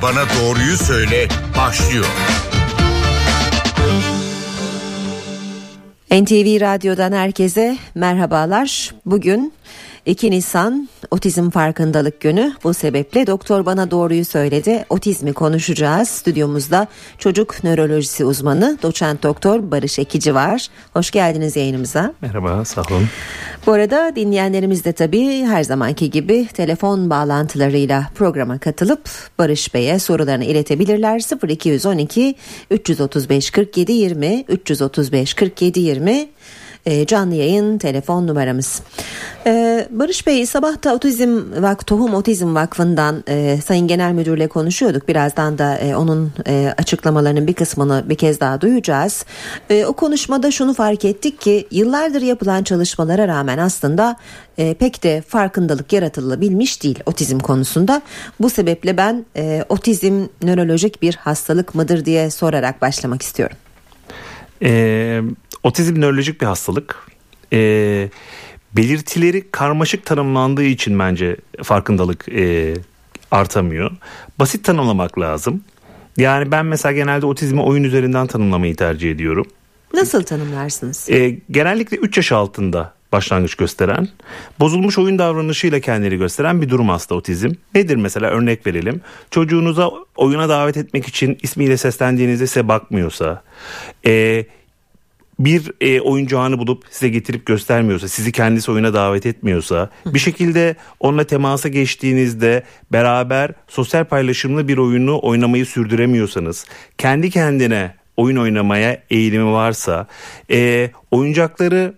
Bana Doğruyu Söyle başlıyor. NTV Radyo'dan herkese merhabalar. Bugün 2 Nisan Otizm Farkındalık Günü. Bu sebeple Doktor Bana Doğruyu Söyledi. Otizmi konuşacağız. Stüdyomuzda çocuk nörolojisi uzmanı Doçent Doktor Barış Ekici var. Hoş geldiniz yayınımıza. Merhaba, sağ olun. Bu arada dinleyenlerimiz de tabii her zamanki gibi telefon bağlantılarıyla programa katılıp Barış Bey'e sorularını iletebilirler. 0212 335 47 20 335 47 20 canlı yayın telefon numaramız. Barış Bey, sabah da Tohum Otizm Vakfı'ndan Sayın Genel Müdür'le konuşuyorduk. Birazdan da onun açıklamalarının bir kısmını bir kez daha duyacağız. O konuşmada şunu fark ettik ki yıllardır yapılan çalışmalara rağmen aslında pek de farkındalık yaratılabilmiş değil otizm konusunda. Bu sebeple ben otizm nörolojik bir hastalık mıdır diye sorarak başlamak istiyorum. Otizm nörolojik bir hastalık. Belirtileri karmaşık tanımlandığı için bence farkındalık artamıyor. Basit tanımlamak lazım. Yani ben mesela genelde otizmi oyun üzerinden tanımlamayı tercih ediyorum. Nasıl tanımlarsınız? Genellikle 3 yaş altında başlangıç gösteren, bozulmuş oyun davranışıyla kendini gösteren bir durum aslında otizm. Nedir mesela, örnek verelim. Çocuğunuza oyuna davet etmek için ismiyle seslendiğinizde size bakmıyorsa, bir oyuncağını bulup size getirip göstermiyorsa, sizi kendisi oyuna davet etmiyorsa, bir şekilde onunla temasa geçtiğinizde beraber sosyal paylaşımlı bir oyunu oynamayı sürdüremiyorsanız, kendi kendine oyun oynamaya eğilimi varsa, oyuncakları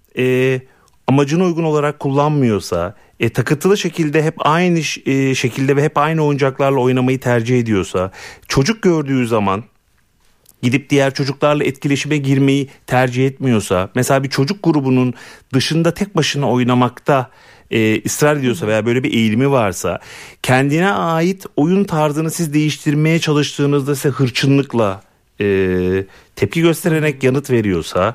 amacına uygun olarak kullanmıyorsa, takıntılı şekilde hep aynı şekilde ve hep aynı oyuncaklarla oynamayı tercih ediyorsa, çocuk gördüğü zaman gidip diğer çocuklarla etkileşime girmeyi tercih etmiyorsa, mesela bir çocuk grubunun dışında tek başına oynamakta ısrar ediyorsa veya böyle bir eğilimi varsa, kendine ait oyun tarzını siz değiştirmeye çalıştığınızda size hırçınlıkla tepki göstererek yanıt veriyorsa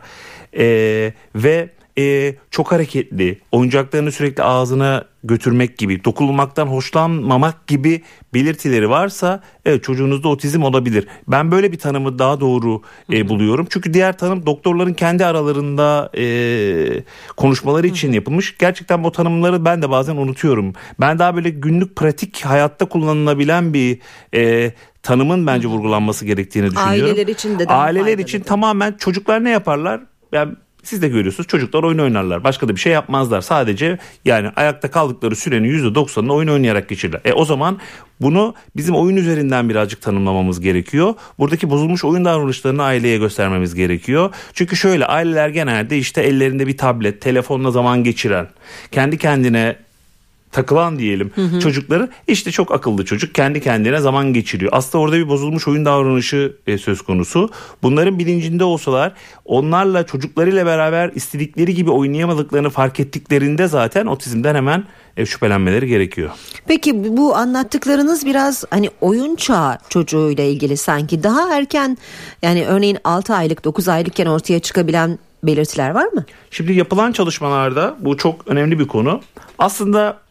ve çok hareketli, oyuncaklarını sürekli ağzına götürmek gibi, dokunulmaktan hoşlanmamak gibi belirtileri varsa, evet, çocuğunuzda otizm olabilir. Ben böyle bir tanımı daha doğru buluyorum. Çünkü diğer tanım doktorların kendi aralarında konuşmaları için yapılmış. Gerçekten bu tanımları ben de bazen unutuyorum. Ben daha böyle günlük pratik hayatta kullanılabilen bir tanımın bence vurgulanması gerektiğini düşünüyorum. Aileler için de aileler için tamamen çocuklar ne yaparlar? Yani siz de görüyorsunuz, çocuklar oyun oynarlar. Başka da bir şey yapmazlar. Sadece yani ayakta kaldıkları sürenin %90'ını oyun oynayarak geçirirler. O zaman bunu bizim oyun üzerinden birazcık tanımlamamız gerekiyor. Buradaki bozulmuş oyun davranışlarını aileye göstermemiz gerekiyor. Çünkü şöyle, aileler genelde işte ellerinde bir tablet, telefonla zaman geçiren, kendi kendine takılan diyelim çocukları, işte çok akıllı çocuk kendi kendine zaman geçiriyor. Aslında orada bir bozulmuş oyun davranışı söz konusu. Bunların bilincinde olsalar, onlarla, çocuklarıyla beraber istedikleri gibi oynayamadıklarını fark ettiklerinde zaten otizmden hemen şüphelenmeleri gerekiyor. Peki bu anlattıklarınız biraz hani oyun çağı çocuğuyla ilgili sanki. Daha erken, yani örneğin 6 aylık 9 aylıkken ortaya çıkabilen belirtiler var mı? Şimdi yapılan çalışmalarda bu çok önemli bir konu. Aslında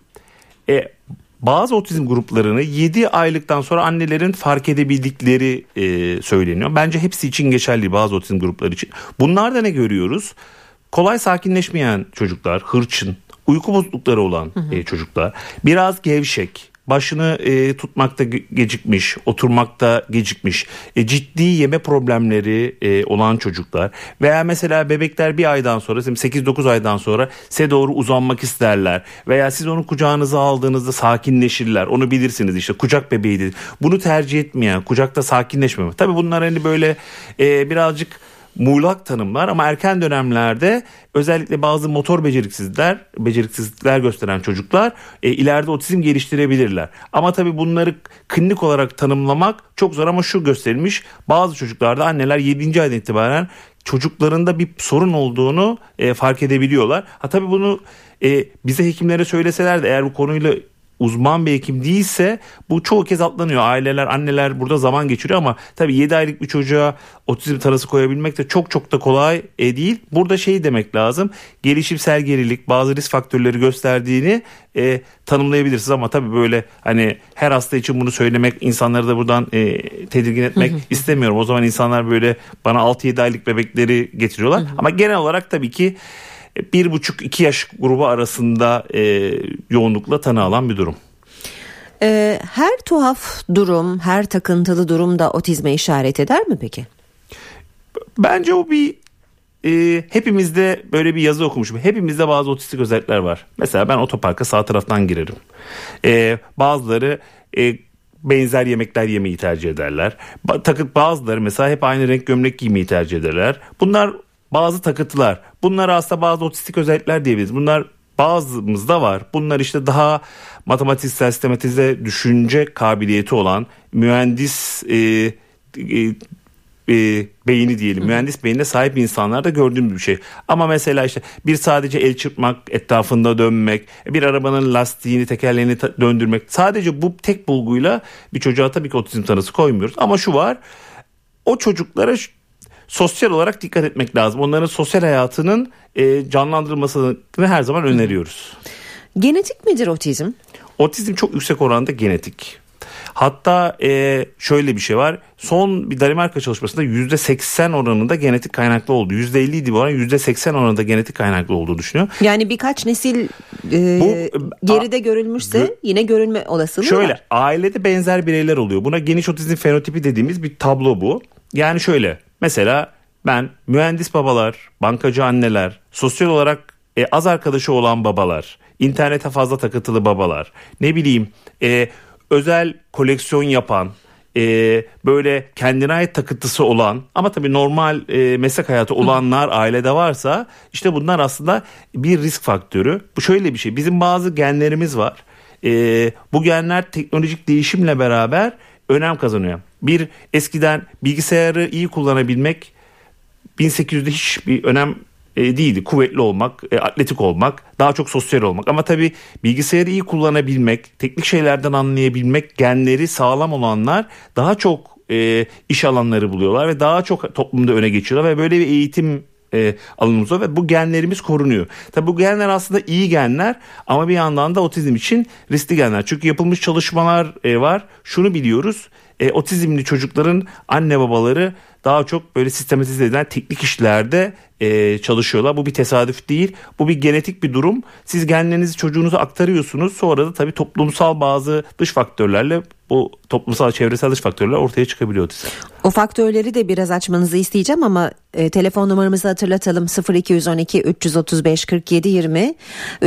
bazı otizm gruplarını 7 aylıktan sonra annelerin fark edebildikleri söyleniyor. Bence hepsi için geçerli, bazı otizm grupları için. Bunlarda ne görüyoruz? Kolay sakinleşmeyen çocuklar, hırçın, uyku bozuklukları olan çocuklar, biraz gevşek, başını tutmakta gecikmiş, oturmakta gecikmiş, ciddi yeme problemleri olan çocuklar veya mesela bebekler bir aydan sonra, 8-9 aydan sonra size doğru uzanmak isterler veya siz onu kucağınıza aldığınızda sakinleşirler. Onu bilirsiniz, işte kucak bebeğidir. Bunu tercih etmeyen, kucakta sakinleşmeme. Tabii bunlar hani böyle birazcık muğlak tanımlar, ama erken dönemlerde özellikle bazı motor beceriksizlikler gösteren çocuklar ileride otizm geliştirebilirler. Ama tabii bunları klinik olarak tanımlamak çok zor, ama şu gösterilmiş: bazı çocuklarda anneler 7. aydan itibaren çocuklarında bir sorun olduğunu fark edebiliyorlar. Tabii bunu bize hekimlere söyleseler de, eğer bu konuyla uzman bir hekim değilse bu çoğu kez atlanıyor. Aileler, anneler burada zaman geçiriyor ama tabii 7 aylık bir çocuğa otizm tanısı koyabilmek de çok da kolay değil. Burada demek lazım. Gelişimsel gerilik, bazı risk faktörleri gösterdiğini tanımlayabilirsiniz ama tabii böyle hani her hasta için bunu söylemek, insanları da buradan tedirgin etmek istemiyorum. O zaman insanlar böyle bana 6-7 aylık bebekleri getiriyorlar. Ama genel olarak tabii ki 1,5-2 yaş grubu arasında yoğunlukla tanı alan bir durum. Her tuhaf durum, her takıntılı durum da otizme işaret eder mi peki? Bence o bir hepimizde böyle bir yazı okumuşum. Hepimizde bazı otistik özellikler var. Mesela ben otoparka sağ taraftan girerim. Bazıları benzer yemekler yemeyi tercih ederler. Bazıları mesela hep aynı renk gömlek giymeyi tercih ederler. Bunlar bazı takıntılar. Bunlar aslında bazı otistik özellikler diyebiliriz. Bunlar bazımızda var. Bunlar daha matematiksel, sistematize düşünce kabiliyeti olan mühendis beyni diyelim. Mühendis beynine sahip insanlarda gördüğüm bir şey. Ama mesela bir sadece el çırpmak, etrafında dönmek, bir arabanın lastiğini, tekerleğini döndürmek. Sadece bu tek bulguyla bir çocuğa tabii ki otizm tanısı koymuyoruz. Ama şu var, o çocuklara sosyal olarak dikkat etmek lazım. Onların sosyal hayatının canlandırılmasını her zaman öneriyoruz. Genetik midir otizm? Otizm çok yüksek oranda genetik. Hatta şöyle bir şey var. Son bir Danimarka çalışmasında %80 oranında genetik kaynaklı oldu. %50'ydi bu oran, %80 oranında genetik kaynaklı olduğu düşünüyor. Yani birkaç nesil geride görülmüşse yine görülme olasılığı şöyle, var. Ailede benzer bireyler oluyor. Buna geniş otizm fenotipi dediğimiz bir tablo bu. Yani şöyle, mesela ben mühendis babalar, bankacı anneler, sosyal olarak az arkadaşı olan babalar, internete fazla takıntılı babalar, özel koleksiyon yapan, böyle kendine ait takıntısı olan ama tabii normal meslek hayatı olanlar ailede varsa bunlar aslında bir risk faktörü. Bu şöyle bir şey, bizim bazı genlerimiz var. Bu genler teknolojik değişimle beraber önem kazanıyor. Eskiden bilgisayarı iyi kullanabilmek 1800'de hiçbir önem değildi. Kuvvetli olmak, atletik olmak, daha çok sosyal olmak. Ama tabii bilgisayarı iyi kullanabilmek, teknik şeylerden anlayabilmek, genleri sağlam olanlar daha çok iş alanları buluyorlar ve daha çok toplumda öne geçiyorlar ve böyle bir eğitim alanımız var ve bu genlerimiz korunuyor. Tabii bu genler aslında iyi genler ama bir yandan da otizm için riskli genler. Çünkü yapılmış çalışmalar var. Şunu biliyoruz. Otizmli çocukların anne babaları daha çok böyle sistematize edilen teknik işlerde çalışıyorlar. Bu bir tesadüf değil. Bu bir genetik bir durum. Siz genlerinizi çocuğunuza aktarıyorsunuz. Sonra da tabii toplumsal bazı dış faktörlerle bu toplumsal çevresel dış faktörler ortaya çıkabiliyor otizm. O faktörleri de biraz açmanızı isteyeceğim ama telefon numaramızı hatırlatalım. 0212 335 47 20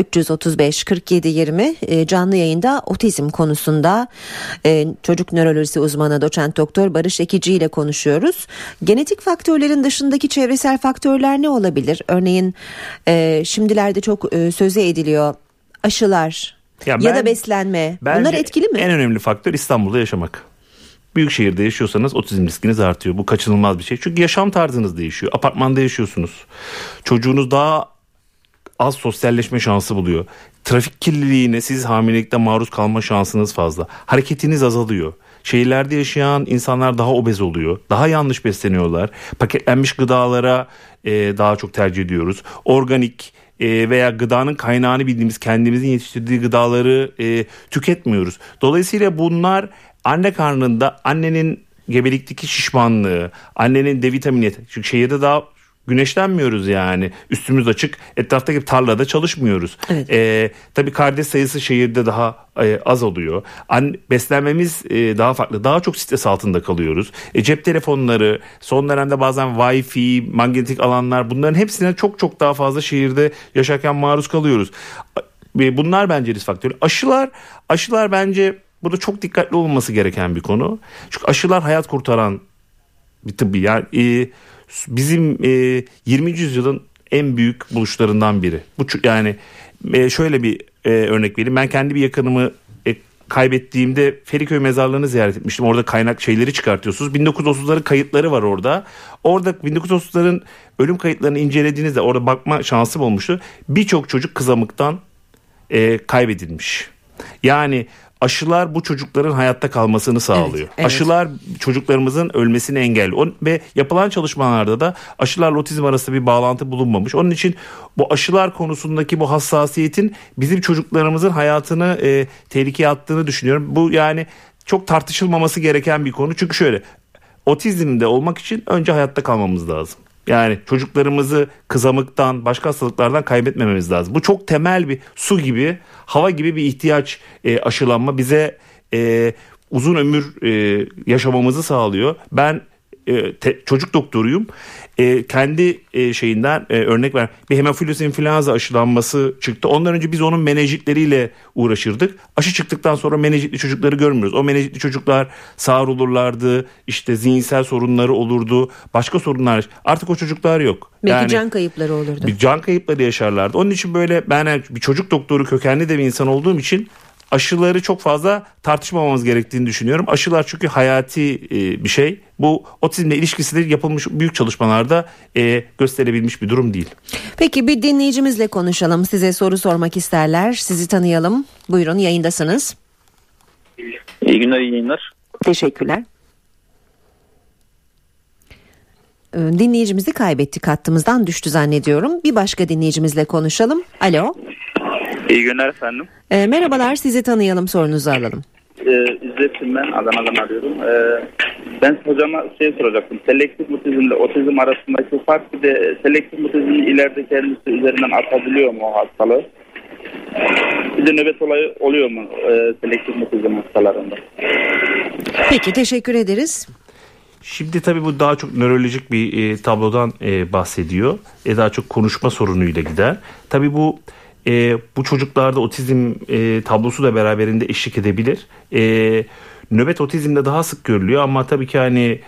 335 47 20 canlı yayında otizm konusunda çocuk nörolojisi uzmanı doçent doktor Barış Ekici ile konuşuyoruz. Genetik faktörlerin dışındaki çevresel faktörler ne olabilir? Örneğin şimdilerde çok söze ediliyor aşılar ya da beslenme. Bunlar etkili mi? En önemli faktör İstanbul'da yaşamak. Büyük şehirde yaşıyorsanız otizm riskiniz artıyor. Bu kaçınılmaz bir şey. Çünkü yaşam tarzınız değişiyor. Apartmanda yaşıyorsunuz. Çocuğunuz daha az sosyalleşme şansı buluyor. Trafik kirliliğine, siz hamilelikte maruz kalma şansınız fazla. Hareketiniz azalıyor. Şehirlerde yaşayan insanlar daha obez oluyor. Daha yanlış besleniyorlar. Paketlenmiş gıdalara daha çok tercih ediyoruz. Organik veya gıdanın kaynağını bildiğimiz, kendimizin yetiştirdiği gıdaları tüketmiyoruz. Dolayısıyla bunlar anne karnında annenin gebelikteki şişmanlığı, annenin D vitamini, çünkü şehirde daha güneşlenmiyoruz yani. Üstümüz açık, etraftaki tarlada çalışmıyoruz. Evet. Tabii kardeş sayısı şehirde daha az oluyor. Beslenmemiz daha farklı. Daha çok stres altında kalıyoruz. Cep telefonları, son dönemde bazen Wi-Fi, manyetik alanlar, bunların hepsine çok daha fazla şehirde yaşarken maruz kalıyoruz. Bunlar bence risk faktörü. Aşılar bence burada çok dikkatli olunması gereken bir konu. Çünkü aşılar hayat kurtaran bir tıbbi. Yani bizim 20. yüzyılın en büyük buluşlarından biri. Yani şöyle bir örnek vereyim. Ben kendi bir yakınımı kaybettiğimde Feriköy mezarlığını ziyaret etmiştim. Orada kaynak şeyleri çıkartıyorsunuz. 1930'ların kayıtları var orada. Orada 1930'ların ölüm kayıtlarını incelediğinizde orada bakma şansım olmuştu. Birçok çocuk kızamıktan kaybedilmiş. Yani aşılar bu çocukların hayatta kalmasını sağlıyor. Evet. Aşılar çocuklarımızın ölmesini engelliyor. Ve yapılan çalışmalarda da aşılarla otizm arasında bir bağlantı bulunmamış. Onun için bu aşılar konusundaki bu hassasiyetin bizim çocuklarımızın hayatını tehlikeye attığını düşünüyorum. Bu yani çok tartışılmaması gereken bir konu. Çünkü şöyle, otizmde olmak için önce hayatta kalmamız lazım. Yani çocuklarımızı kızamıktan, başka hastalıklardan kaybetmememiz lazım. Bu çok temel bir su gibi, hava gibi bir ihtiyaç. Aşılanma bize uzun ömür yaşamamızı sağlıyor. Ben çocuk doktoruyum. Kendi şeyinden örnek ver. Bir hemofilus influenza aşılanması çıktı. Ondan önce biz onun menejitleriyle uğraşırdık. Aşı çıktıktan sonra menejitli çocukları görmüyoruz. O menejitli çocuklar sağır olurlardı. İşte zihinsel sorunları olurdu. Başka sorunlar. Artık o çocuklar yok. Belki can kayıpları olurdu. Bir can kayıpları yaşarlardı. Onun için böyle ben bir çocuk doktoru kökenli de bir insan olduğum için aşıları çok fazla tartışmamamız gerektiğini düşünüyorum. Aşılar çünkü hayati bir şey. Bu otizmle ilişkisi de yapılmış büyük çalışmalarda gösterebilmiş bir durum değil. Peki bir dinleyicimizle konuşalım. Size soru sormak isterler. Sizi tanıyalım. Buyurun, yayındasınız. İyi günler, iyi yayınlar. Teşekkürler. Dinleyicimizi kaybettik, hattımızdan düştü zannediyorum. Bir başka dinleyicimizle konuşalım. Alo. İyi günler efendim. Merhabalar, sizi tanıyalım, sorunuzu alalım. İzzettin, ben Adana'dan arıyorum. Ben hocama soracaktım. Selektif mutizmle otizm arasındaki fark, bir de selektif mutizmin ileride kendisi üzerinden atabiliyor mu o hastalığı? Bir de nöbet olayı oluyor mu selektif mutizm hastalarında? Peki, teşekkür ederiz. Şimdi tabii bu daha çok nörolojik bir tablodan bahsediyor. Daha çok konuşma sorunuyla gider. Tabii bu çocuklarda otizm tablosu da beraberinde eşlik edebilir. Nöbet otizmde daha sık görülüyor ama tabii ki hani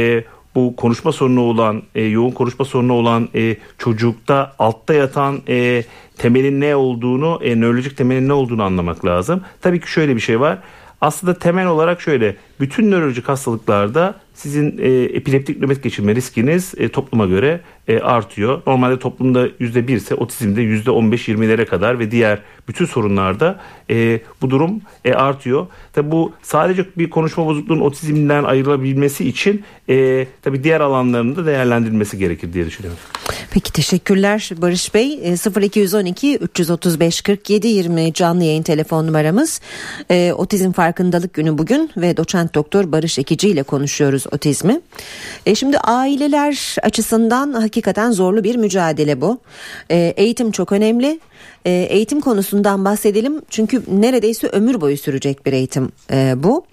bu konuşma sorunu olan, yoğun konuşma sorunu olan çocukta altta yatan temelin ne olduğunu, nörolojik temelin ne olduğunu anlamak lazım. Tabii ki şöyle bir şey var. Aslında temel olarak şöyle, bütün nörolojik hastalıklarda sizin epileptik nöbet geçirme riskiniz topluma göre artıyor. Normalde toplumda %1 ise otizmde %15-20'lere kadar ve diğer bütün sorunlarda bu durum artıyor. Tabii bu sadece bir konuşma bozukluğunun otizmden ayrılabilmesi için tabii diğer alanlarının da değerlendirilmesi gerekir diye düşünüyorum. Peki, teşekkürler Barış Bey. 0212 335 47 20 canlı yayın telefon numaramız. Otizm Farkındalık Günü bugün ve doçent doktor Barış Ekici ile konuşuyoruz otizmi. Şimdi aileler açısından hakikaten zorlu bir mücadele bu. Eğitim çok önemli. Eğitim konusundan bahsedelim çünkü neredeyse ömür boyu sürecek bir eğitim bu.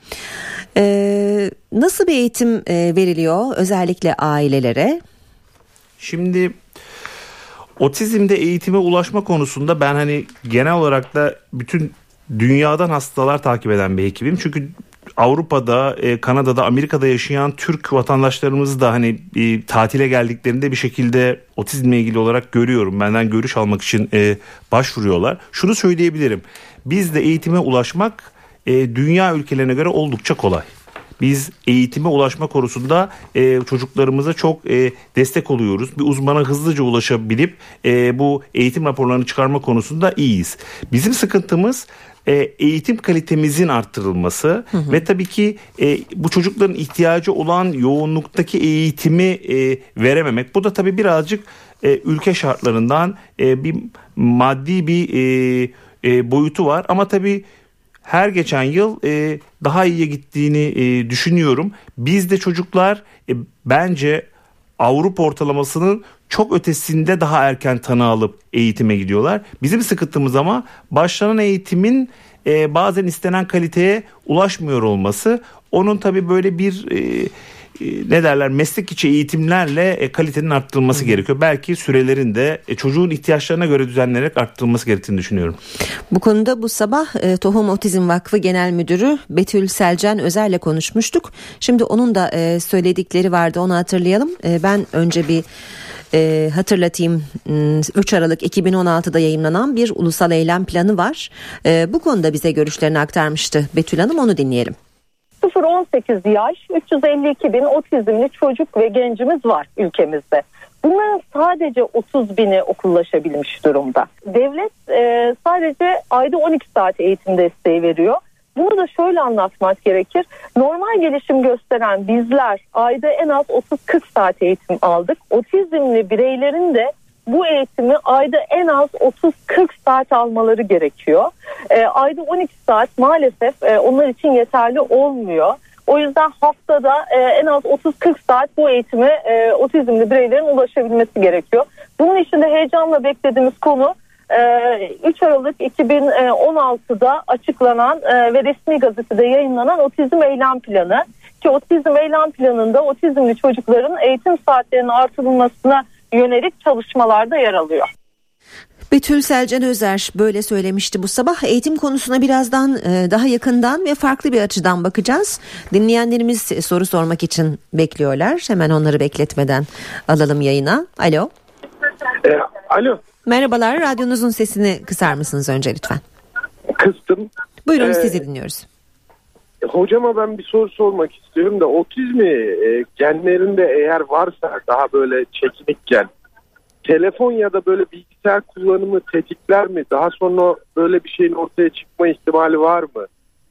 Nasıl bir eğitim veriliyor özellikle ailelere? Şimdi otizmde eğitime ulaşma konusunda ben hani genel olarak da bütün dünyadan hastalar takip eden bir hekimim. Çünkü Avrupa'da, Kanada'da, Amerika'da yaşayan Türk vatandaşlarımızı da hani tatile geldiklerinde bir şekilde otizmle ilgili olarak görüyorum. Benden görüş almak için başvuruyorlar. Şunu söyleyebilirim. Bizde eğitime ulaşmak dünya ülkelerine göre oldukça kolay. Biz eğitime ulaşma konusunda çocuklarımıza çok destek oluyoruz. Bir uzmana hızlıca ulaşabilip bu eğitim raporlarını çıkarma konusunda iyiyiz. Bizim sıkıntımız eğitim kalitemizin arttırılması ve tabii ki bu çocukların ihtiyacı olan yoğunluktaki eğitimi verememek. Bu da tabii birazcık ülke şartlarından bir maddi bir boyutu var ama tabii her geçen yıl daha iyiye gittiğini düşünüyorum. Bizde çocuklar bence Avrupa ortalamasının çok ötesinde daha erken tanı alıp eğitime gidiyorlar. Bizim sıkıntımız ama başlanan eğitimin bazen istenen kaliteye ulaşmıyor olması. Onun tabii böyle bir meslek içi eğitimlerle kalitenin arttırılması gerekiyor. Belki sürelerin de çocuğun ihtiyaçlarına göre düzenlenerek arttırılması gerektiğini düşünüyorum. Bu konuda bu sabah Tohum Otizm Vakfı Genel Müdürü Betül Selcan Özer'le konuşmuştuk. Şimdi onun da söyledikleri vardı, onu hatırlayalım. Ben önce bir hatırlatayım. 3 Aralık 2016'da yayımlanan bir ulusal eylem planı var. Bu konuda bize görüşlerini aktarmıştı Betül Hanım, onu dinleyelim. 0-18 yaş 352 bin otizmli çocuk ve gencimiz var ülkemizde. Bunların sadece 30 bini okullaşabilmiş durumda. Devlet sadece ayda 12 saat eğitim desteği veriyor. Bunu da şöyle anlatmak gerekir. Normal gelişim gösteren bizler ayda en az 30-40 saat eğitim aldık. Otizmli bireylerin de bu eğitimi ayda en az 30-40 saat almaları gerekiyor. Ayda 12 saat maalesef onlar için yeterli olmuyor. O yüzden haftada en az 30-40 saat bu eğitime otizmli bireylerin ulaşabilmesi gerekiyor. Bunun için de heyecanla beklediğimiz konu 3 Aralık 2016'da açıklanan ve resmi gazetede yayınlanan Otizm Eylem Planı. Ki Otizm Eylem Planı'nda otizmli çocukların eğitim saatlerinin artırılmasına yönelik çalışmalarda yer alıyor. Betül Selcan Özer böyle söylemişti bu sabah. Eğitim konusuna birazdan daha yakından ve farklı bir açıdan bakacağız. Dinleyenlerimiz soru sormak için bekliyorlar. Hemen onları bekletmeden alalım yayına. Alo. Alo. Merhabalar. Radyonuzun sesini kısar mısınız önce lütfen? Kıstım. Buyurun, sizi dinliyoruz. Hocama ben bir soru sormak istiyorum da otizmi genlerinde eğer varsa daha böyle çekinikken telefon ya da böyle bilgisayar kullanımı tetikler mi? Daha sonra böyle bir şeyin ortaya çıkma ihtimali var mı?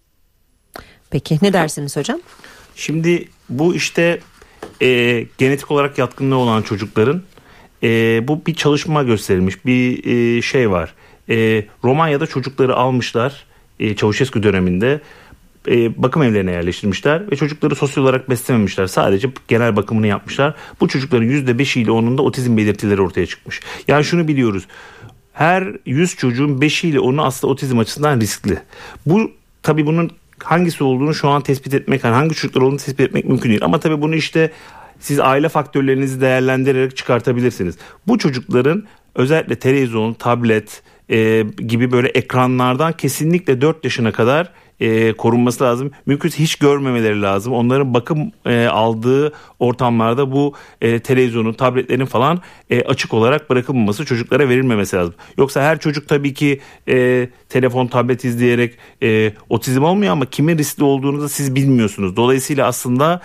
Peki ne dersiniz hocam? Şimdi bu işte genetik olarak yatkınlığı olan çocukların bu bir çalışma gösterilmiş bir şey var. Romanya'da çocukları almışlar Çavuşescu döneminde. Bakım evlerine yerleştirmişler ve çocukları sosyal olarak beslememişler. Sadece genel bakımını yapmışlar. Bu çocukların %5 ile 10'unda otizm belirtileri ortaya çıkmış. Yani şunu biliyoruz. Her 100 çocuğun 5 ile 10'u aslında otizm açısından riskli. Bu tabii bunun hangisi olduğunu şu an tespit etmek, hangi çocuklar olduğunu tespit etmek mümkün değil. Ama tabii bunu işte siz aile faktörlerinizi değerlendirerek çıkartabilirsiniz. Bu çocukların özellikle televizyon, tablet gibi böyle ekranlardan kesinlikle 4 yaşına kadar korunması lazım. Mümkünse hiç görmemeleri lazım. Onların bakım aldığı ortamlarda bu televizyonun, tabletlerin falan açık olarak bırakılmaması, çocuklara verilmemesi lazım. Yoksa her çocuk tabii ki telefon, tablet izleyerek otizm olmuyor ama kimin riskli olduğunu da siz bilmiyorsunuz. Dolayısıyla aslında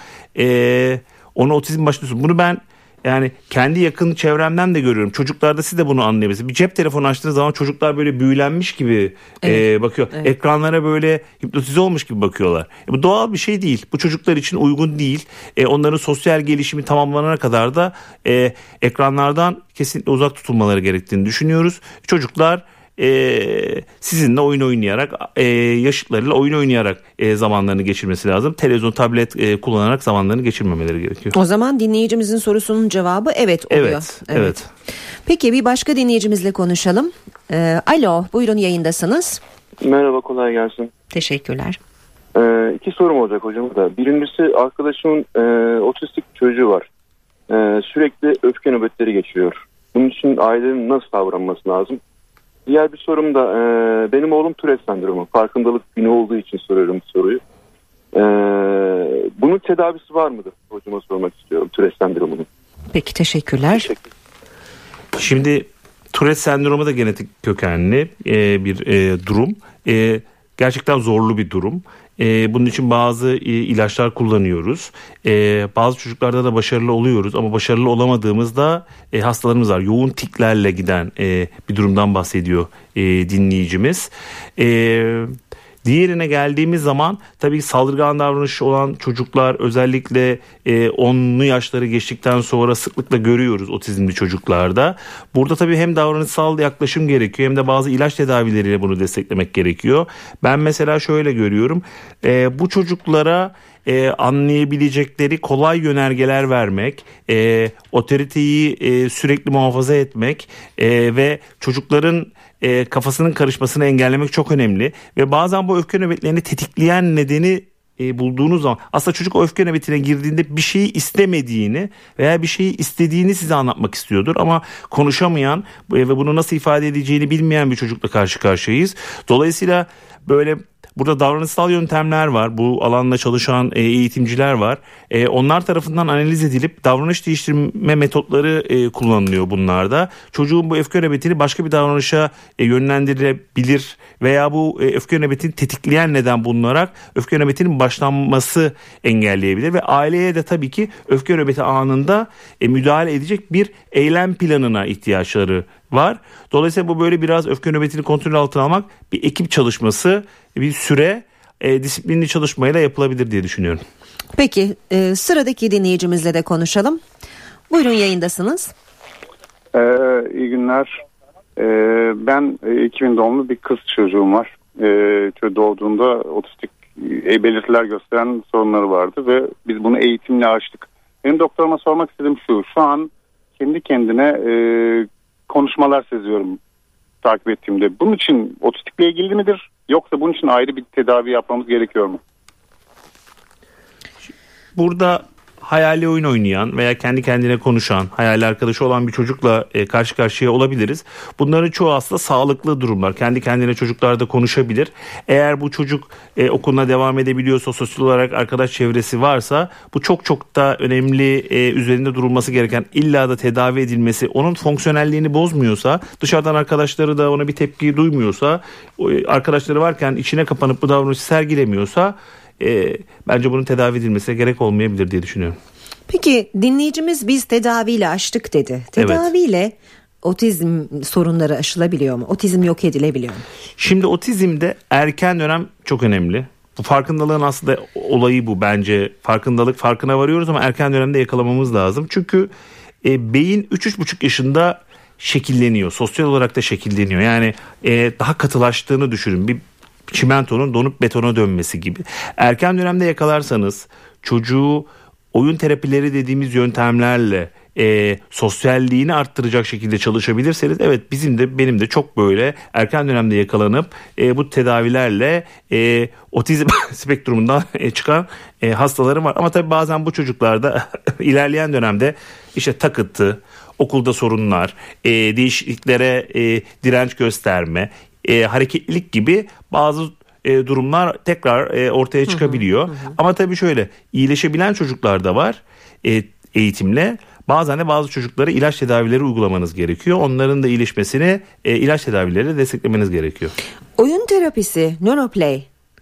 ona otizm başlıyorsunuz. Bunu ben yani kendi yakın çevremden de görüyorum. Çocuklarda siz de bunu anlayabilirsiniz. Bir cep telefonu açtığınız zaman çocuklar böyle büyülenmiş gibi bakıyor. Evet. Ekranlara böyle hipnotize olmuş gibi bakıyorlar. Bu doğal bir şey değil. Bu çocuklar için uygun değil. Onların sosyal gelişimi tamamlanana kadar da ekranlardan kesinlikle uzak tutulmaları gerektiğini düşünüyoruz. Çocuklar sizinle oyun oynayarak yaşıtlarıyla oyun oynayarak zamanlarını geçirmesi lazım. Televizyon, tablet kullanarak zamanlarını geçirmemeleri gerekiyor. O zaman dinleyicimizin sorusunun cevabı evet oluyor. Evet. Peki bir başka dinleyicimizle konuşalım. Alo, buyurun, yayındasınız. Merhaba, kolay gelsin. Teşekkürler. 2 sorum olacak hocam da. Birincisi, arkadaşımın otistik çocuğu var. Sürekli öfke nöbetleri geçiriyor. Bunun için ailenin nasıl davranması lazım? Diğer bir sorum da benim oğlum Tourette sendromu. Farkındalık günü olduğu için soruyorum bu soruyu. Bunun tedavisi var mıdır? Hocama sormak istiyorum Tourette sendromunun. Peki, teşekkürler. Şimdi Tourette sendromu da genetik kökenli bir durum. Gerçekten zorlu bir durum. Bunun için bazı ilaçlar kullanıyoruz. Bazı çocuklarda da başarılı oluyoruz ama başarılı olamadığımızda hastalarımız var. Yoğun tiklerle giden bir durumdan bahsediyor dinleyicimiz. Diğerine geldiğimiz zaman tabii saldırgan davranışı olan çocuklar özellikle 10'lu yaşları geçtikten sonra sıklıkla görüyoruz otizmli çocuklarda. Burada tabii hem davranışsal yaklaşım gerekiyor hem de bazı ilaç tedavileriyle bunu desteklemek gerekiyor. Ben mesela şöyle görüyorum, bu çocuklara anlayabilecekleri kolay yönergeler vermek, otoriteyi sürekli muhafaza etmek ve çocukların kafasının karışmasını engellemek çok önemli. Ve bazen bu öfke nöbetlerini tetikleyen nedeni bulduğunuz zaman aslında çocuk o öfke nöbetine girdiğinde bir şeyi istemediğini veya bir şeyi istediğini size anlatmak istiyordur ama konuşamayan ve bunu nasıl ifade edeceğini bilmeyen bir çocukla karşı karşıyayız. Dolayısıyla böyle burada davranışsal yöntemler var. Bu alanla çalışan eğitimciler var. Onlar tarafından analiz edilip davranış değiştirme metotları kullanılıyor bunlarda. Çocuğun bu öfke nöbetini başka bir davranışa yönlendirebilir veya bu öfke nöbetini tetikleyen neden bulunarak öfke nöbetinin başlanması engelleyebilir ve aileye de tabii ki öfke nöbeti anında müdahale edecek bir eylem planına ihtiyaçları var. Dolayısıyla bu böyle biraz öfke nöbetini kontrol altına almak bir ekip çalışması, bir süre disiplinli çalışmayla yapılabilir diye düşünüyorum. Peki sıradaki dinleyicimizle de konuşalım. Buyurun, yayındasınız. İyi günler. Ben 2000 doğumlu bir kız çocuğum var. Doğduğunda otistik belirtiler gösteren sorunları vardı ve biz bunu eğitimle aştık. Benim doktoruma sormak istediğim şu an kendi kendine konuşmalar seziyorum takip ettiğimde. Bunun için otistikle ilgili midir yoksa bunun için ayrı bir tedavi yapmamız gerekiyor mu? Burada hayali oyun oynayan veya kendi kendine konuşan, hayali arkadaşı olan bir çocukla karşı karşıya olabiliriz. Bunların çoğu aslında sağlıklı durumlar. Kendi kendine çocuklar da konuşabilir. Eğer bu çocuk okuluna devam edebiliyorsa, sosyal olarak arkadaş çevresi varsa bu çok da önemli, üzerinde durulması gereken, illa da tedavi edilmesi, onun fonksiyonelliğini bozmuyorsa, dışarıdan arkadaşları da ona bir tepki duymuyorsa, arkadaşları varken içine kapanıp bu davranışı sergilemiyorsa bence bunun tedavi edilmesine gerek olmayabilir diye düşünüyorum. Peki dinleyicimiz biz tedaviyle aştık dedi. Tedaviyle otizm sorunları aşılabiliyor mu? Otizm yok edilebiliyor mu? Şimdi otizmde erken dönem çok önemli. Bu farkındalığın aslında olayı bu bence. Farkına varıyoruz ama erken dönemde yakalamamız lazım. Çünkü beyin 3-3,5 yaşında şekilleniyor. Sosyal olarak da şekilleniyor. Yani daha katılaştığını düşünün. Bir çimentonun donup betona dönmesi gibi. Erken dönemde yakalarsanız çocuğu oyun terapileri dediğimiz yöntemlerle sosyalliğini arttıracak şekilde çalışabilirseniz, evet, benim de çok böyle erken dönemde yakalanıp bu tedavilerle otizm spektrumundan çıkan hastalarım var. Ama tabii bazen bu çocuklarda ilerleyen dönemde işte takıntı, okulda sorunlar, değişikliklere direnç gösterme, hareketlilik gibi bazı durumlar tekrar ortaya çıkabiliyor. Ama tabii şöyle, iyileşebilen çocuklar da var eğitimle. Bazen de bazı çocuklara ilaç tedavileri uygulamanız gerekiyor. Onların da iyileşmesini ilaç tedavileriyle desteklemeniz gerekiyor. Oyun terapisi, Neuroplay.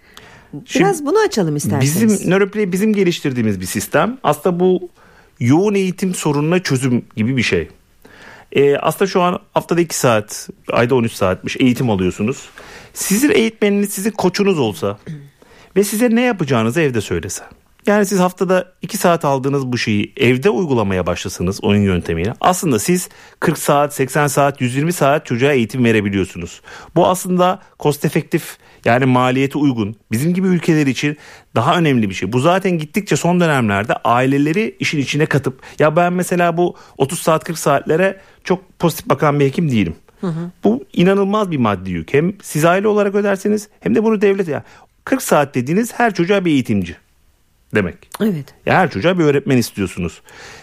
Biraz bunu açalım isterseniz. Neuroplay bizim geliştirdiğimiz bir sistem. Aslında bu yoğun eğitim sorununa çözüm gibi bir şey. Aslında şu an haftada 2 saat, ayda 13 saatmiş eğitim alıyorsunuz. Sizin eğitmeniniz sizin koçunuz olsa ve size ne yapacağınızı evde söylese. Yani siz haftada 2 saat aldığınız bu şeyi evde uygulamaya başlasanız oyun yöntemiyle, aslında siz 40 saat, 80 saat, 120 saat çocuğa eğitim verebiliyorsunuz. Bu aslında cost efektif, yani maliyeti uygun, bizim gibi ülkeler için daha önemli bir şey. Bu zaten gittikçe son dönemlerde aileleri işin içine katıp, ya ben mesela bu 30 saat 40 saatlere çok pozitif bakan bir hekim değilim. Bu inanılmaz bir maddi yük. Hem siz aile olarak ödersiniz hem de bunu devlet, ya 40 saat dediğiniz her çocuğa bir eğitimci demek. Evet. Ya her çocuğa bir öğretmen istiyorsunuz.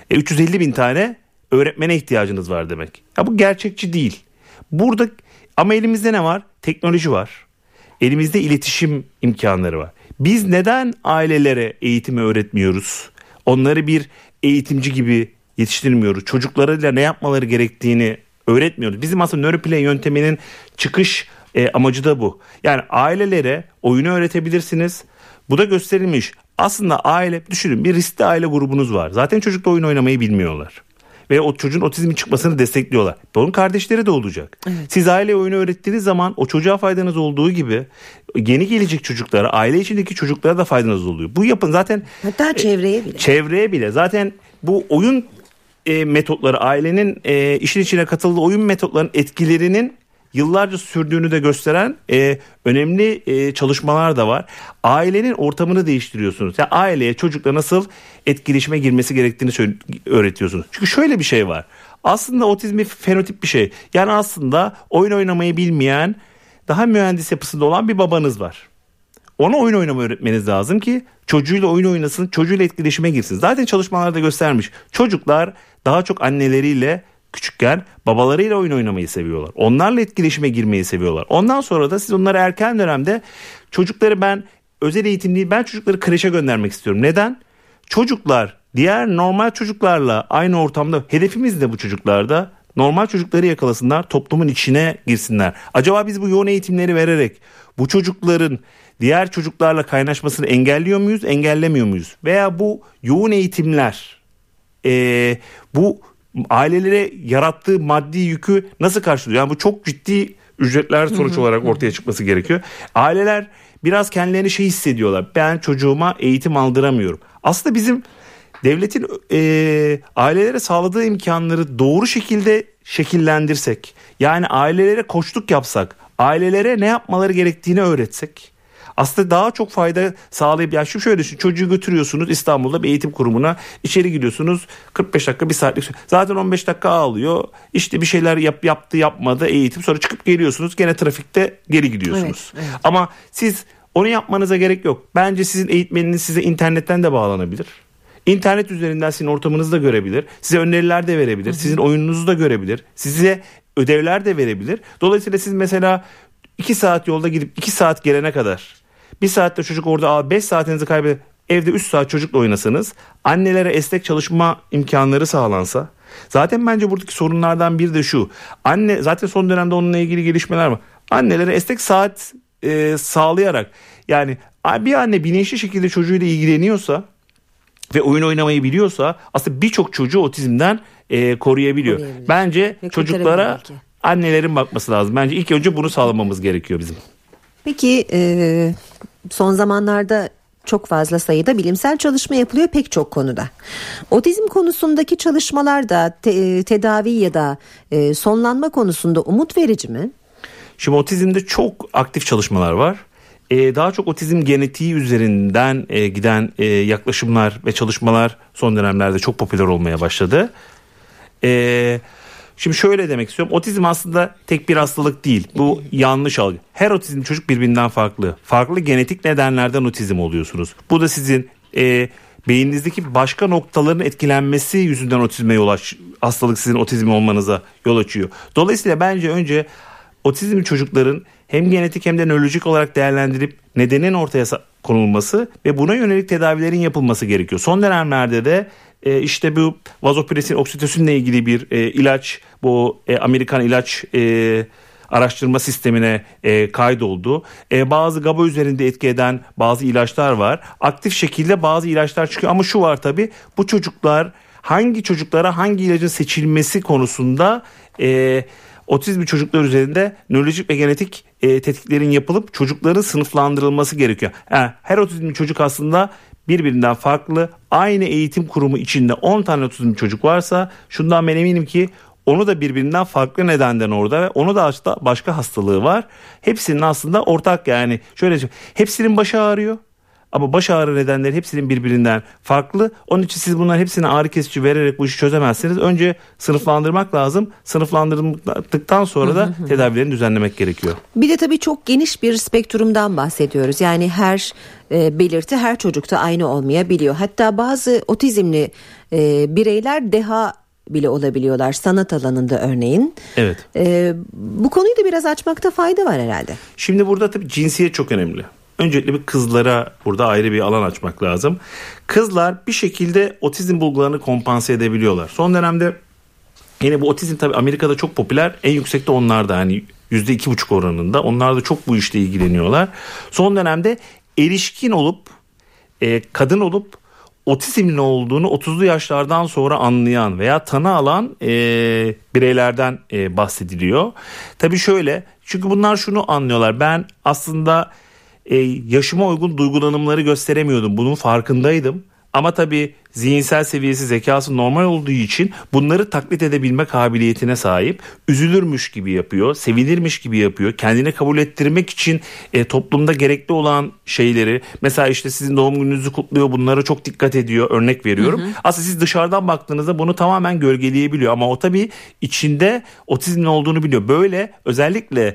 350 bin tane öğretmene ihtiyacınız var demek. Ya bu gerçekçi değil. Burada ama elimizde ne var? Teknoloji var. Elimizde iletişim imkanları var. Biz neden ailelere eğitimi öğretmiyoruz? Onları bir eğitimci gibi yetiştirmiyoruz. Çocuklarıyla ne yapmaları gerektiğini öğretmiyoruz. Bizim aslında Neuroplay yönteminin çıkış amacı da bu. Yani ailelere oyunu öğretebilirsiniz. Bu da gösterilmiş. Aslında aile, düşünün, bir riskli aile grubunuz var. Zaten çocukla oyun oynamayı bilmiyorlar. Ve o çocuğun otizmin çıkmasını destekliyorlar. Onun kardeşleri de olacak. Evet. Siz aile oyunu öğrettiğiniz zaman o çocuğa faydanız olduğu gibi yeni gelecek çocuklara, aile içindeki çocuklara da faydanız oluyor. Bu yapın zaten. Hatta çevreye bile. Zaten bu oyun metotları, ailenin işin içine katıldığı oyun metotlarının etkilerinin yıllarca sürdüğünü de gösteren önemli çalışmalar da var. Ailenin ortamını değiştiriyorsunuz. Yani aileye, çocukla nasıl etkileşime girmesi gerektiğini öğretiyorsunuz. Çünkü şöyle bir şey var. Aslında otizm bir fenotip bir şey. Yani aslında oyun oynamayı bilmeyen, daha mühendis yapısında olan bir babanız var. Ona oyun oynamayı öğretmeniz lazım ki çocuğuyla oyun oynasın, çocuğuyla etkileşime girsin. Zaten çalışmalarda göstermiş. Çocuklar daha çok anneleriyle küçükken babalarıyla oyun oynamayı seviyorlar. Onlarla etkileşime girmeyi seviyorlar. Ondan sonra da siz onları erken dönemde çocukları ben özel eğitim değil, ben çocukları kreşe göndermek istiyorum. Neden? Çocuklar diğer normal çocuklarla aynı ortamda, hedefimiz de bu çocuklarda normal çocukları yakalasınlar, toplumun içine girsinler. Acaba biz bu yoğun eğitimleri vererek bu çocukların diğer çocuklarla kaynaşmasını engelliyor muyuz, engellemiyor muyuz? Veya bu yoğun eğitimler bu ailelere yarattığı maddi yükü nasıl karşılıyor? Yani bu çok ciddi ücretler sonuç olarak ortaya çıkması gerekiyor. Aileler biraz kendilerini hissediyorlar. Ben çocuğuma eğitim aldıramıyorum. Aslında bizim devletin ailelere sağladığı imkanları doğru şekilde şekillendirsek, yani ailelere koçluk yapsak, ailelere ne yapmaları gerektiğini öğretsek, aslında daha çok fayda sağlayıp, yani şöyle düşün, çocuğu götürüyorsunuz İstanbul'da bir eğitim kurumuna, içeri gidiyorsunuz 45 dakika 1 saatlik, zaten 15 dakika ağlıyor, işte bir şeyler yaptı yapmadı eğitim, sonra çıkıp geliyorsunuz gene trafikte geri gidiyorsunuz. Evet. Ama siz onu yapmanıza gerek yok. Bence sizin eğitmeniniz size internetten de bağlanabilir. İnternet üzerinden sizin ortamınızı da görebilir. Size öneriler de verebilir. Sizin oyununuzu da görebilir. Size ödevler de verebilir. Dolayısıyla siz mesela 2 saat yolda gidip 2 saat gelene kadar 1 saatte çocuk orada 5 saatinizi kaybedip evde 3 saat çocukla oynasanız, annelere esnek çalışma imkanları sağlansa, zaten bence buradaki sorunlardan biri de şu. Anne, zaten son dönemde onunla ilgili gelişmeler var. Annelere esnek saat sağlayarak, yani bir anne bilinçli şekilde çocuğuyla ilgileniyorsa ve oyun oynamayı biliyorsa aslında birçok çocuğu otizmden koruyabiliyor. Bence ve çocuklara annelerin bakması lazım. Bence ilk önce bunu sağlamamız gerekiyor bizim. Peki son zamanlarda çok fazla sayıda bilimsel çalışma yapılıyor pek çok konuda. Otizm konusundaki çalışmalar da tedavi ya da sonlanma konusunda umut verici mi? Şimdi otizmde çok aktif çalışmalar var. Daha çok otizm genetiği üzerinden giden yaklaşımlar ve çalışmalar son dönemlerde çok popüler olmaya başladı. Şimdi şöyle demek istiyorum. Otizm aslında tek bir hastalık değil. Bu yanlış algı. Her otizm çocuk birbirinden farklı. Farklı genetik nedenlerden otizm oluyorsunuz. Bu da sizin beyninizdeki başka noktaların etkilenmesi yüzünden otizme hastalık sizin otizm olmanıza yol açıyor. Dolayısıyla bence önce otizmli çocukların hem genetik hem de nörolojik olarak değerlendirip nedenin ortaya konulması ve buna yönelik tedavilerin yapılması gerekiyor. Son dönemlerde de işte bu vazopresin, oksitosinle ilgili bir ilaç, bu Amerikan ilaç araştırma sistemine kaydoldu. Bazı GABA üzerinde etki eden bazı ilaçlar var. Aktif şekilde bazı ilaçlar çıkıyor ama şu var tabii, bu çocuklar hangi çocuklara hangi ilacın seçilmesi konusunda otizmli çocuklar üzerinde nörolojik ve genetik tetkiklerin yapılıp çocukların sınıflandırılması gerekiyor. Yani her otizmli çocuk aslında birbirinden farklı. Aynı eğitim kurumu içinde 10 tane otizmli çocuk varsa şundan ben eminim ki onu da birbirinden farklı nedenden orada ve onu da başka hastalığı var. Hepsinin aslında ortak, yani şöyle hepsinin başı ağrıyor. Ama baş ağrı nedenleri hepsinin birbirinden farklı. Onun için siz bunların hepsine ağrı kesici vererek bu işi çözemezsiniz. Önce sınıflandırmak lazım. Sınıflandırdıktan sonra da tedavilerini düzenlemek gerekiyor. Bir de tabii çok geniş bir spektrumdan bahsediyoruz. Yani her belirti her çocukta aynı olmayabiliyor. Hatta bazı otizmli bireyler deha bile olabiliyorlar sanat alanında örneğin. Evet. Bu konuyu da biraz açmakta fayda var herhalde. Şimdi burada tabii cinsiyet çok önemli. Öncelikle bir kızlara burada ayrı bir alan açmak lazım. Kızlar bir şekilde otizm bulgularını kompanse edebiliyorlar. Son dönemde yine bu otizm tabii Amerika'da çok popüler. En yüksek de onlarda, hani %2,5 oranında. Onlar da çok bu işle ilgileniyorlar. Son dönemde erişkin olup kadın olup otizmli olduğunu 30'lu yaşlardan sonra anlayan veya tanı alan bireylerden bahsediliyor. Tabii şöyle, çünkü bunlar şunu anlıyorlar. Ben aslında yaşıma uygun duygulanımları gösteremiyordum. Bunun farkındaydım. Ama tabii zihinsel seviyesi, zekası normal olduğu için bunları taklit edebilme kabiliyetine sahip. Üzülürmüş gibi yapıyor, sevinirmiş gibi yapıyor. Kendini kabul ettirmek için toplumda gerekli olan şeyleri, mesela işte sizin doğum gününüzü kutluyor, bunlara çok dikkat ediyor, örnek veriyorum. Aslında siz dışarıdan baktığınızda bunu tamamen gölgeleyebiliyor ama o tabii içinde otizmli olduğunu biliyor. Böyle özellikle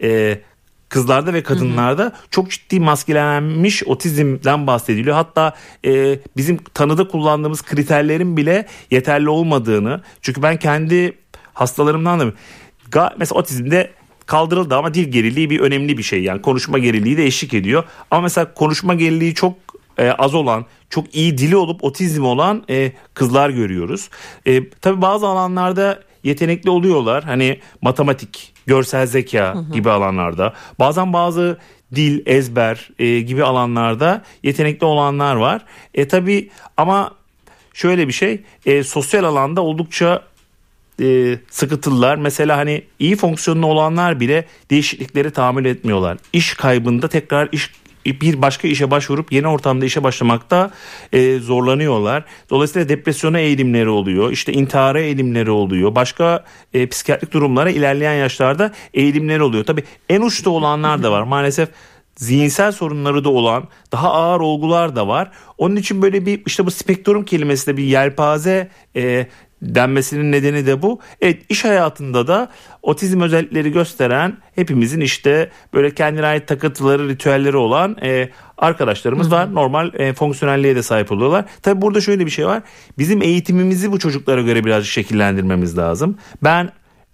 kızlarda ve kadınlarda çok ciddi maskelenmiş otizmden bahsediliyor. Hatta bizim tanıda kullandığımız kriterlerin bile yeterli olmadığını. Çünkü ben kendi hastalarımdan da mesela otizmde kaldırıldı ama dil geriliği bir önemli bir şey. Yani konuşma geriliği de eşlik ediyor. Ama mesela konuşma geriliği çok az olan, çok iyi dili olup otizm olan kızlar görüyoruz. Tabii bazı alanlarda yetenekli oluyorlar. Hani matematik, görsel zeka gibi alanlarda. Bazen bazı dil, ezber gibi alanlarda yetenekli olanlar var. Tabii ama şöyle bir şey, sosyal alanda oldukça sıkıntılılar. Mesela hani iyi fonksiyonlu olanlar bile değişiklikleri tahammül etmiyorlar. İş kaybında tekrar bir başka işe başvurup yeni ortamda işe başlamakta zorlanıyorlar. Dolayısıyla depresyona eğilimleri oluyor. İşte intihara eğilimleri oluyor. Başka psikiyatrik durumlara ilerleyen yaşlarda eğilimleri oluyor. Tabii en uçta olanlar da var. Maalesef zihinsel sorunları da olan daha ağır olgular da var. Onun için böyle bir işte bu spektrum kelimesi de bir yelpaze denmesinin nedeni de bu. Evet, iş hayatında da otizm özellikleri gösteren hepimizin işte böyle kendine ait takıntıları, ritüelleri olan arkadaşlarımız var. Normal fonksiyonelliğe de sahip oluyorlar. Tabii burada şöyle bir şey var. Bizim eğitimimizi bu çocuklara göre birazcık şekillendirmemiz lazım. Ben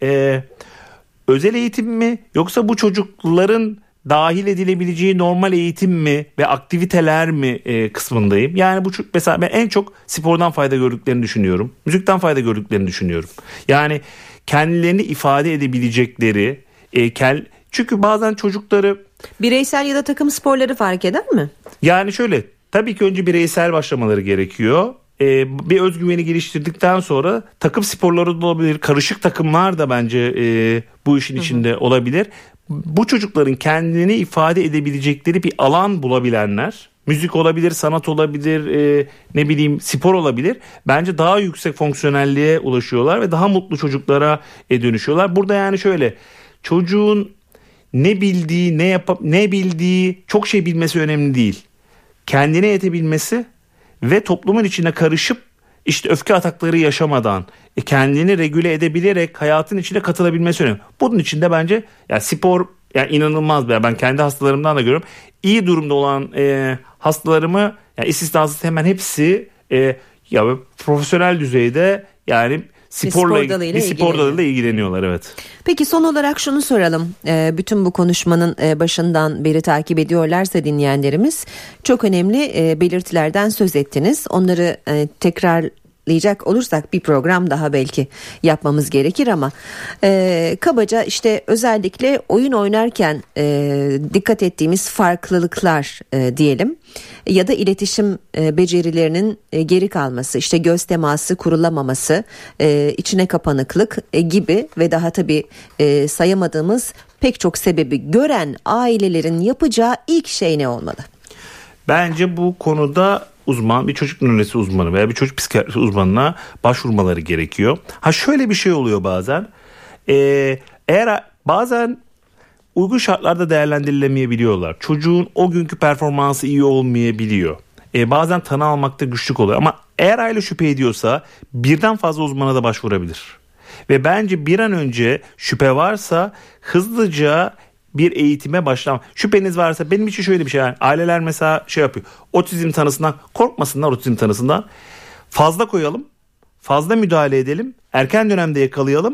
özel eğitim mi yoksa bu çocukların dahil edilebileceği normal eğitim mi ve aktiviteler mi kısmındayım. Yani bu mesela ben en çok spordan fayda gördüklerini düşünüyorum. Müzikten fayda gördüklerini düşünüyorum. Yani kendilerini ifade edebilecekleri çünkü bazen çocukları bireysel ya da takım sporları fark eder mi? Yani şöyle, tabii ki önce bireysel başlamaları gerekiyor. Bir özgüveni geliştirdikten sonra takım sporları da olabilir. Karışık takımlar da bence bu işin içinde olabilir. Bu çocukların kendini ifade edebilecekleri bir alan bulabilenler, müzik olabilir, sanat olabilir, spor olabilir. Bence daha yüksek fonksiyonelliğe ulaşıyorlar ve daha mutlu çocuklara dönüşüyorlar. Burada yani şöyle, çocuğun ne bildiği, ne bildiği, çok şey bilmesi önemli değil. Kendine yetebilmesi ve toplumun içine karışıp işte öfke atakları yaşamadan kendini regüle edebilerek hayatın içine katılabilmesi önemli. Bunun için de bence spor inanılmaz. Ben kendi hastalarımdan da görüyorum. İyi durumda olan hastalarımı istisnasız hemen hepsi profesyonel düzeyde spor dalıyla ilgileniyorlar. Evet. Peki son olarak şunu soralım. Bütün bu konuşmanın başından beri takip ediyorlarsa dinleyenlerimiz, çok önemli belirtilerden söz ettiniz. Onları tekrarlayacak olursak bir program daha belki yapmamız gerekir ama kabaca işte özellikle oyun oynarken dikkat ettiğimiz farklılıklar diyelim ya da iletişim becerilerinin geri kalması, işte göz teması kurulamaması, içine kapanıklık gibi ve daha tabii sayamadığımız pek çok sebebi gören ailelerin yapacağı ilk şey ne olmalı? Bence bu konuda bir çocuk nörolojisi uzmanı veya bir çocuk psikiyatrisi uzmanına başvurmaları gerekiyor. Şöyle bir şey oluyor bazen. Eğer bazen uygun şartlarda değerlendirilemeyebiliyorlar. Çocuğun o günkü performansı iyi olmayabiliyor. Bazen tanı almakta güçlük oluyor. Ama eğer aile şüphe ediyorsa birden fazla uzmana da başvurabilir. Ve bence bir an önce şüphe varsa hızlıca bir eğitime başlamak. Şüpheniz varsa benim için şöyle bir şey. Aileler mesela yapıyor. Otizm tanısından korkmasınlar, otizm tanısından. Fazla koyalım. Fazla müdahale edelim. Erken dönemde yakalayalım.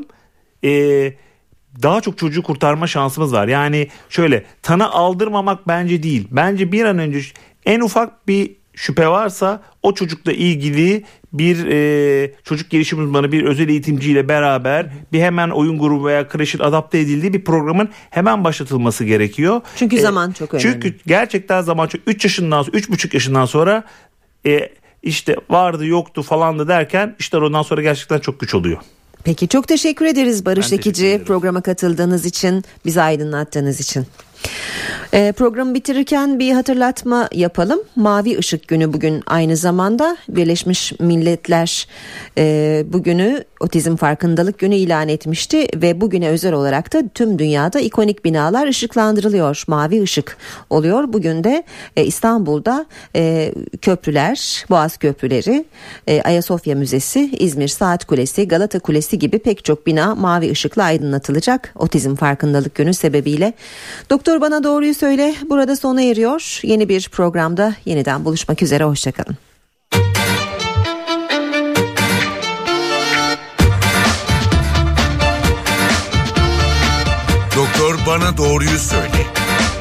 Daha çok çocuğu kurtarma şansımız var. Yani şöyle, tanı aldırmamak bence değil. Bence bir an önce en ufak bir şüphe varsa o çocukla ilgili bir çocuk gelişim uzmanı, bir özel eğitimciyle beraber bir hemen oyun grubu veya kreşin adapte edildiği bir programın hemen başlatılması gerekiyor. Çünkü zaman çok önemli. Çünkü gerçekten zaman çok. 3,5 yaşından sonra işte vardı yoktu falan da derken işler ondan sonra gerçekten çok güç oluyor. Peki, çok teşekkür ederiz Barış Ekici, programa katıldığınız için, bizi aydınlattığınız için. Programı bitirirken bir hatırlatma yapalım. Mavi Işık Günü bugün aynı zamanda. Birleşmiş Milletler bugünü Otizm Farkındalık Günü ilan etmişti ve bugüne özel olarak da tüm dünyada ikonik binalar ışıklandırılıyor. Mavi ışık oluyor. Bugün de İstanbul'da köprüler, Boğaz Köprüleri, Ayasofya Müzesi, İzmir Saat Kulesi, Galata Kulesi gibi pek çok bina mavi ışıkla aydınlatılacak Otizm Farkındalık Günü sebebiyle. Doktor Bana Doğruyu Söyle burada sona eriyor. Yeni bir programda yeniden buluşmak üzere. Hoşçakalın. Doktor bana doğruyu söyle.